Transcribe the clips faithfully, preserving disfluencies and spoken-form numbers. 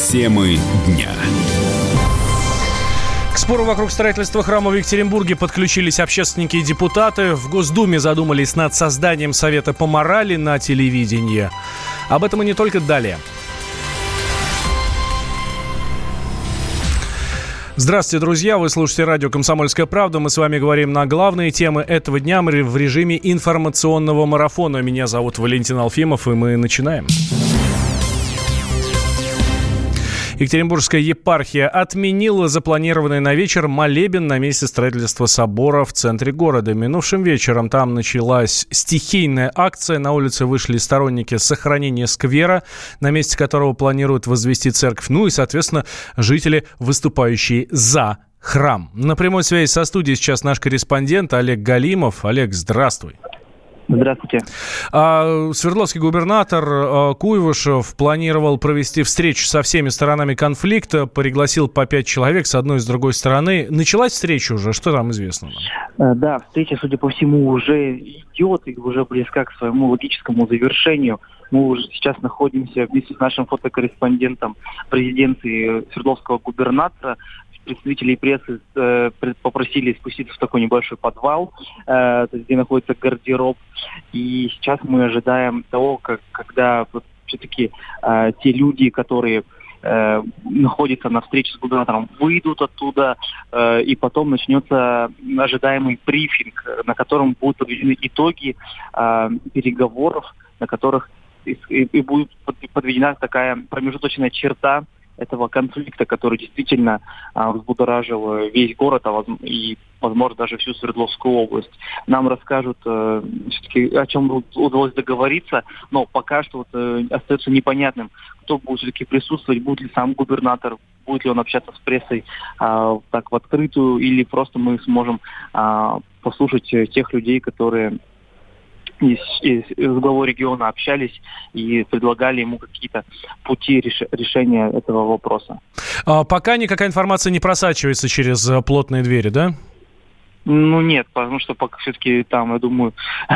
Темы дня. К спору вокруг строительства храма в Екатеринбурге подключились общественники и депутаты. В Госдуме задумались над созданием Совета по морали на телевидении. Об этом и не только далее. Здравствуйте, друзья! Вы слушаете радио «Комсомольская правда». Мы с вами говорим на главные темы этого дня в режиме информационного марафона. Меня зовут Валентин Алфимов, и мы начинаем. Екатеринбургская епархия отменила запланированный на вечер молебен на месте строительства собора в центре города. Минувшим вечером там началась стихийная акция. На улице вышли сторонники сохранения сквера, на месте которого планируют возвести церковь. Ну и, соответственно, жители, выступающие за храм. На прямой связи со студией сейчас наш корреспондент Олег Галимов. Олег, здравствуй. Здравствуйте. А, Свердловский губернатор а, Куйвашев планировал провести встречу со всеми сторонами конфликта, пригласил по пять человек с одной и с другой стороны. Началась встреча уже? Что там известно нам? Да, встреча, судя по всему, уже идет и уже близка к своему логическому завершению. Мы уже сейчас находимся вместе с нашим фотокорреспондентом в резиденции Свердловского губернатора. Представителей прессы э, попросили спуститься в такой небольшой подвал, э, где находится гардероб. И сейчас мы ожидаем того, как, когда вот, все-таки э, те люди, которые э, находятся на встрече с губернатором, выйдут оттуда, э, и потом начнется ожидаемый брифинг, на котором будут подведены итоги э, переговоров, на которых и, и будет подведена такая промежуточная черта этого конфликта, который действительно а, взбудоражил весь город а, и, возможно, даже всю Свердловскую область. Нам расскажут э, все-таки, о чем удалось договориться, но пока что вот, э, остается непонятным, кто будет все-таки присутствовать, будет ли сам губернатор, будет ли он общаться с прессой э, так в открытую, или просто мы сможем э, послушать тех людей, которые И с, и с главой региона общались и предлагали ему какие-то пути реш, решения этого вопроса. А пока никакая информация не просачивается через плотные двери, да? Ну нет, потому что пока все-таки там, я думаю,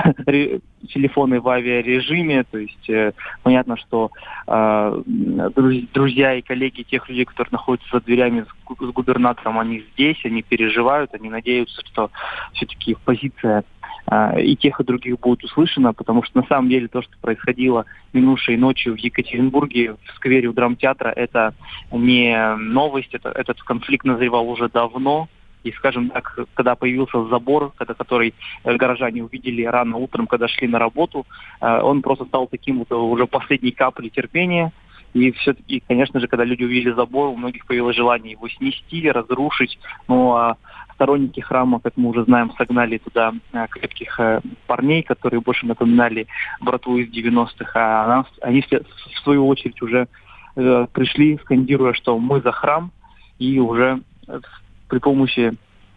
телефоны в авиарежиме, то есть э, понятно, что э, друзья и коллеги тех людей, которые находятся за дверями с, с губернатором, они здесь, они переживают, они надеются, что все-таки их позиция и тех, и других будет услышано, потому что на самом деле то, что происходило минувшей ночью в Екатеринбурге, в сквере у драмтеатра, это не новость, это, этот конфликт назревал уже давно. И, скажем так, когда появился забор, когда, который горожане увидели рано утром, когда шли на работу, он просто стал таким вот уже последней каплей терпения. И все-таки, конечно же, когда люди увидели забор, у многих появилось желание его снести, разрушить. Ну а сторонники храма, как мы уже знаем, согнали туда крепких парней, которые больше напоминали братву из девяностых. А нас, они в свою очередь уже э, пришли, скандируя, что мы за храм, и уже при помощи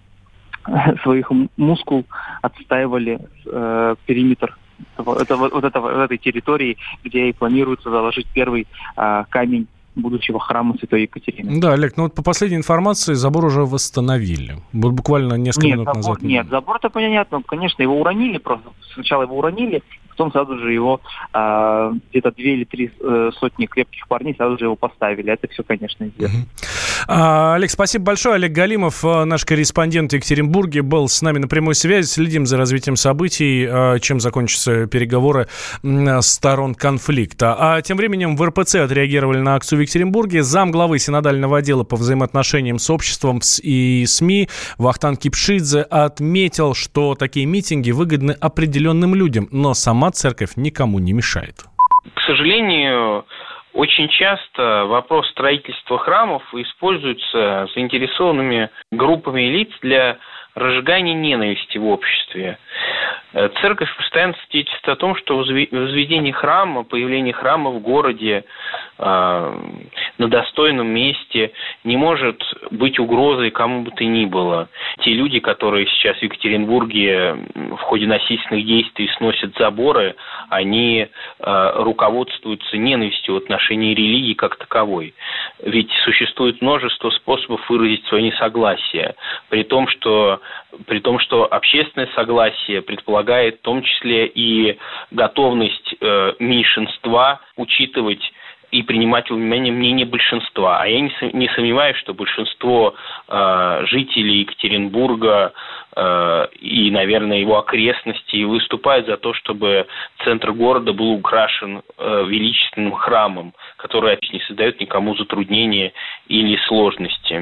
своих мускул отстаивали э, периметр это, вот, это, вот этой территории, где и планируется заложить первый э, камень будущего храма Святой Екатерины. Да, Олег, ну вот по последней информации забор уже восстановили. Буквально несколько нет, минут забор, назад. Нет, забор-то понятно, конечно, его уронили просто. Сначала его уронили, потом сразу же его э, где-то две или три э, сотни крепких парней сразу же его поставили. Это все, конечно, известно. Uh-huh. А, Олег, спасибо большое. Олег Галимов, наш корреспондент в Екатеринбурге, был с нами на прямой связи. Следим за развитием событий, чем закончатся переговоры сторон конфликта. А тем временем в эр пэ цэ отреагировали на акцию в Екатеринбурге. Замглавы синодального отдела по взаимоотношениям с обществом и СМИ Вахтанг Кипшидзе отметил, что такие митинги выгодны определенным людям, но сама церковь никому не мешает. К сожалению, очень часто вопрос строительства храмов используется заинтересованными группами лиц для разжигания ненависти в обществе. Церковь постоянно свидетельствует о том, что возведение храма, появление храма в городе, э, на достойном месте не может быть угрозой кому бы то ни было. Те люди, которые сейчас в Екатеринбурге в ходе насильственных действий сносят заборы, они э, руководствуются ненавистью в отношении религии как таковой. Ведь существует множество способов выразить свое несогласие, при том, что, при том, что общественное согласие предполагает в том числе и готовность э, меньшинства учитывать и принимать во внимание мнение большинства. А я не, не сомневаюсь, что большинство э, жителей Екатеринбурга э, и, наверное, его окрестностей выступают за то, чтобы центр города был украшен э, величественным храмом, который не создает никому затруднения или сложности.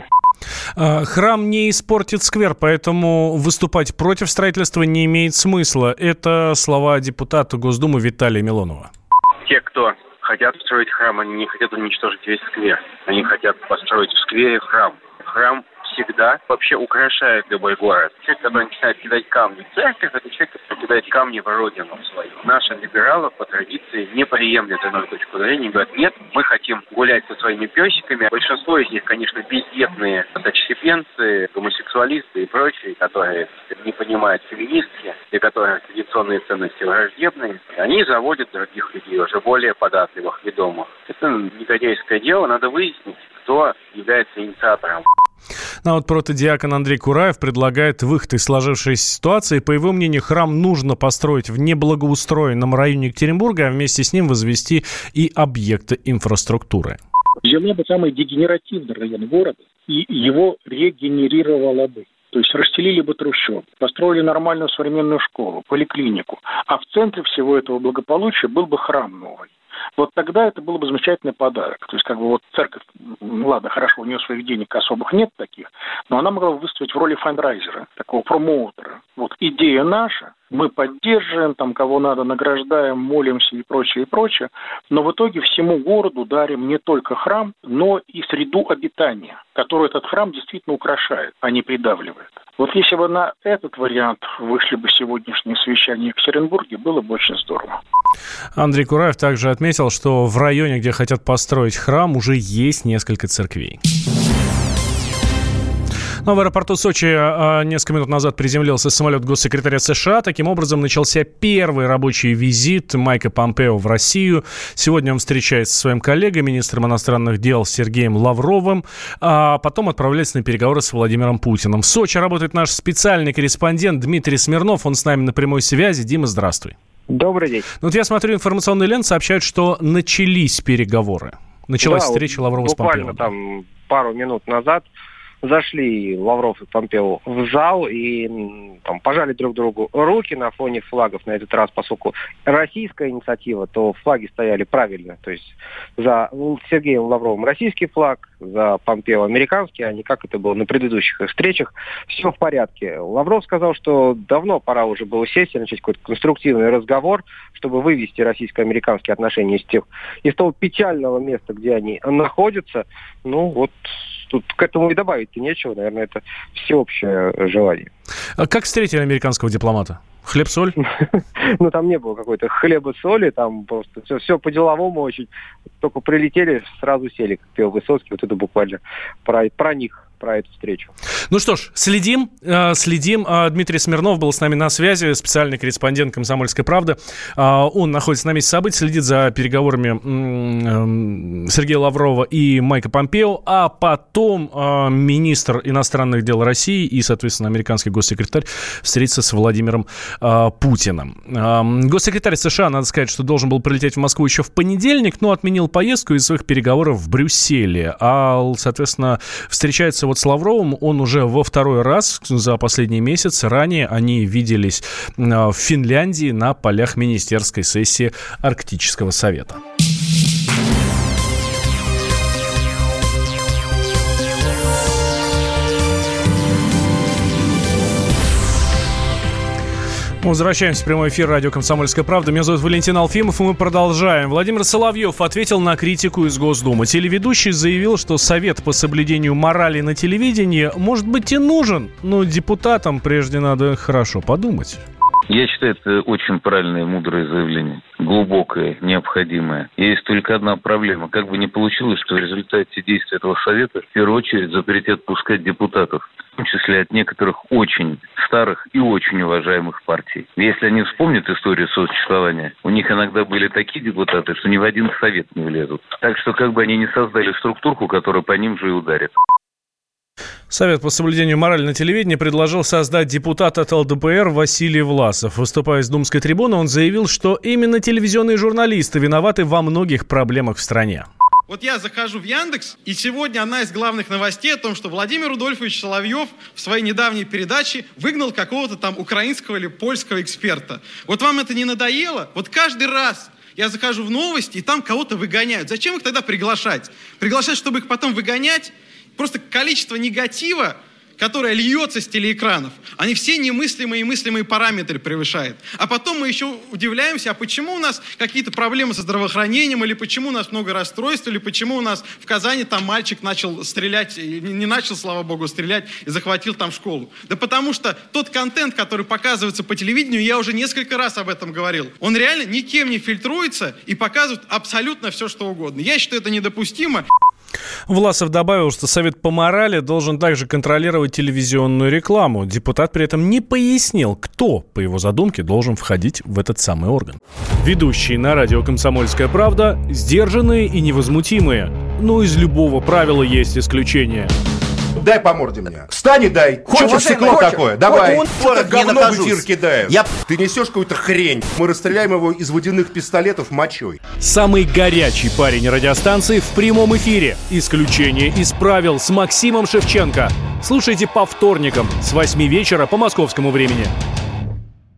Храм не испортит сквер, поэтому выступать против строительства не имеет смысла. Это слова депутата Госдумы Виталия Милонова. Те, кто хотят строить храм, они не хотят уничтожить весь сквер. Они хотят построить в сквере храм. Храм всегда вообще украшает любой город. Человек, который начинает кидать камни в церковь, это человек, который кидает камни в родину свою. Наши либералы по традиции не приемлют иную точку зрения. Говорят, нет, мы хотим гулять со своими песиками. Большинство из них, конечно, бездетные отщепенцы, гомосексуалисты и прочие, которые не понимают феминистки, для которых традиционные ценности враждебные. Они заводят других людей, уже более податливых, ведомых. Это негодяйское дело, надо выяснить, кто является инициатором. Ну, а вот протодиакон Андрей Кураев предлагает выход из сложившейся ситуации. По его мнению, храм нужно построить в неблагоустроенном районе Екатеринбурга, а вместе с ним возвести и объекты инфраструктуры. Взяла бы самый дегенеративный район города и его регенерировала бы. То есть расстелили бы трущобы, построили нормальную современную школу, поликлинику. А в центре всего этого благополучия был бы храм новый. Вот тогда это был бы замечательный подарок. То есть, как бы вот церковь, ну ладно, хорошо, у нее своих денег особых нет таких, но она могла бы выступить в роли фандрайзера, такого промоутера. Вот идея наша, мы поддерживаем, там, кого надо, награждаем, молимся и прочее, и прочее, но в итоге всему городу дарим не только храм, но и среду обитания, которую этот храм действительно украшает, а не придавливает. Вот если бы на этот вариант вышли бы сегодняшние совещания в Екатеринбурге, было бы очень здорово. Андрей Кураев также отметил, что в районе, где хотят построить храм, уже есть несколько церквей. Но в аэропорту Сочи а, несколько минут назад приземлился самолет госсекретаря США. Таким образом, начался первый рабочий визит Майка Помпео в Россию. Сегодня он встречается со своим коллегой, министром иностранных дел Сергеем Лавровым, а потом отправляется на переговоры с Владимиром Путиным. В Сочи работает наш специальный корреспондент Дмитрий Смирнов. Он с нами на прямой связи. Дима, здравствуй. Добрый день. Ну, вот я смотрю, информационные ленты сообщают, что начались переговоры. Началась да, встреча Лаврова с Помпео. Буквально там пару минут назад зашли Лавров и Помпео в зал и там, пожали друг другу руки на фоне флагов на этот раз, поскольку российская инициатива, то флаги стояли правильно. То есть за Сергеем Лавровым российский флаг, за Помпео американский, а не как это было на предыдущих встречах. Все в порядке. Лавров сказал, что давно пора уже было сесть и начать какой-то конструктивный разговор, чтобы вывести российско-американские отношения из тех, из того печального места, где они находятся. Ну вот тут к этому и добавить-то нечего. Наверное, это всеобщее желание. А как встретили американского дипломата? Хлеб-соль? Ну, там не было какой-то хлеба-соли, там просто все, все по-деловому очень. Только прилетели, сразу сели, как пел Высоцкий. Вот это буквально про, про них, про эту встречу. Ну что ж, следим, следим. Дмитрий Смирнов был с нами на связи, специальный корреспондент «Комсомольской правды». Он находится на месте событий, следит за переговорами Сергея Лаврова и Майка Помпео, а потом министр иностранных дел России и, соответственно, американский госсекретарь встретится с Владимиром Путиным. Госсекретарь США, надо сказать, что должен был прилететь в Москву еще в понедельник, но отменил поездку из своих переговоров в Брюсселе. А, соответственно, встречается вот с Лавровым он уже во второй раз за последний месяц. Ранее они виделись в Финляндии на полях министерской сессии Арктического совета. Возвращаемся в прямой эфир радио «Комсомольская правда». Меня зовут Валентин Алфимов, и мы продолжаем. Владимир Соловьев ответил на критику из Госдумы. Телеведущий заявил, что совет по соблюдению морали на телевидении может быть и нужен, но депутатам прежде надо хорошо подумать. Я считаю, это очень правильное и мудрое заявление. Глубокое, необходимое. Есть только одна проблема. Как бы ни получилось, что в результате действия этого совета в первую очередь запретят пускать депутатов, в том числе от некоторых очень старых и очень уважаемых партий. Если они вспомнят историю сосуществования, у них иногда были такие депутаты, что ни в один совет не влезут. Так что как бы они ни создали структурку, которая по ним же и ударит. Совет по соблюдению морали на телевидении предложил создать депутат от эл дэ пэ эр Василий Власов. Выступая с думской трибуны, он заявил, что именно телевизионные журналисты виноваты во многих проблемах в стране. Вот я захожу в Яндекс, и сегодня одна из главных новостей о том, что Владимир Рудольфович Соловьев в своей недавней передаче выгнал какого-то там украинского или польского эксперта. Вот вам это не надоело? Вот каждый раз я захожу в новости, и там кого-то выгоняют. Зачем их тогда приглашать? Приглашать, чтобы их потом выгонять? Просто количество негатива, которое льется с телеэкранов, они все немыслимые и мыслимые параметры превышают. А потом мы еще удивляемся, а почему у нас какие-то проблемы со здравоохранением, или почему у нас много расстройств, или почему у нас в Казани там мальчик начал стрелять, не начал, слава богу, стрелять и захватил там школу. Да потому что тот контент, который показывается по телевидению, я уже несколько раз об этом говорил, он реально никем не фильтруется и показывает абсолютно все, что угодно. Я считаю, это недопустимо. Власов добавил, что Совет по морали должен также контролировать телевизионную рекламу. Депутат при этом не пояснил, кто, по его задумке, должен входить в этот самый орган. Ведущие на радио «Комсомольская правда» сдержанные и невозмутимые. Но из любого правила есть исключение. Дай по морде мне. Встань и дай. Хочешь стекло хочешь? Такое? Давай. Он что-то говно в эфир кидает. Я... Ты несешь какую-то хрень. Мы расстреляем его из водяных пистолетов мочой. Самый горячий парень радиостанции в прямом эфире. Исключение из правил с Максимом Шевченко. Слушайте по вторникам с восьми вечера по московскому времени.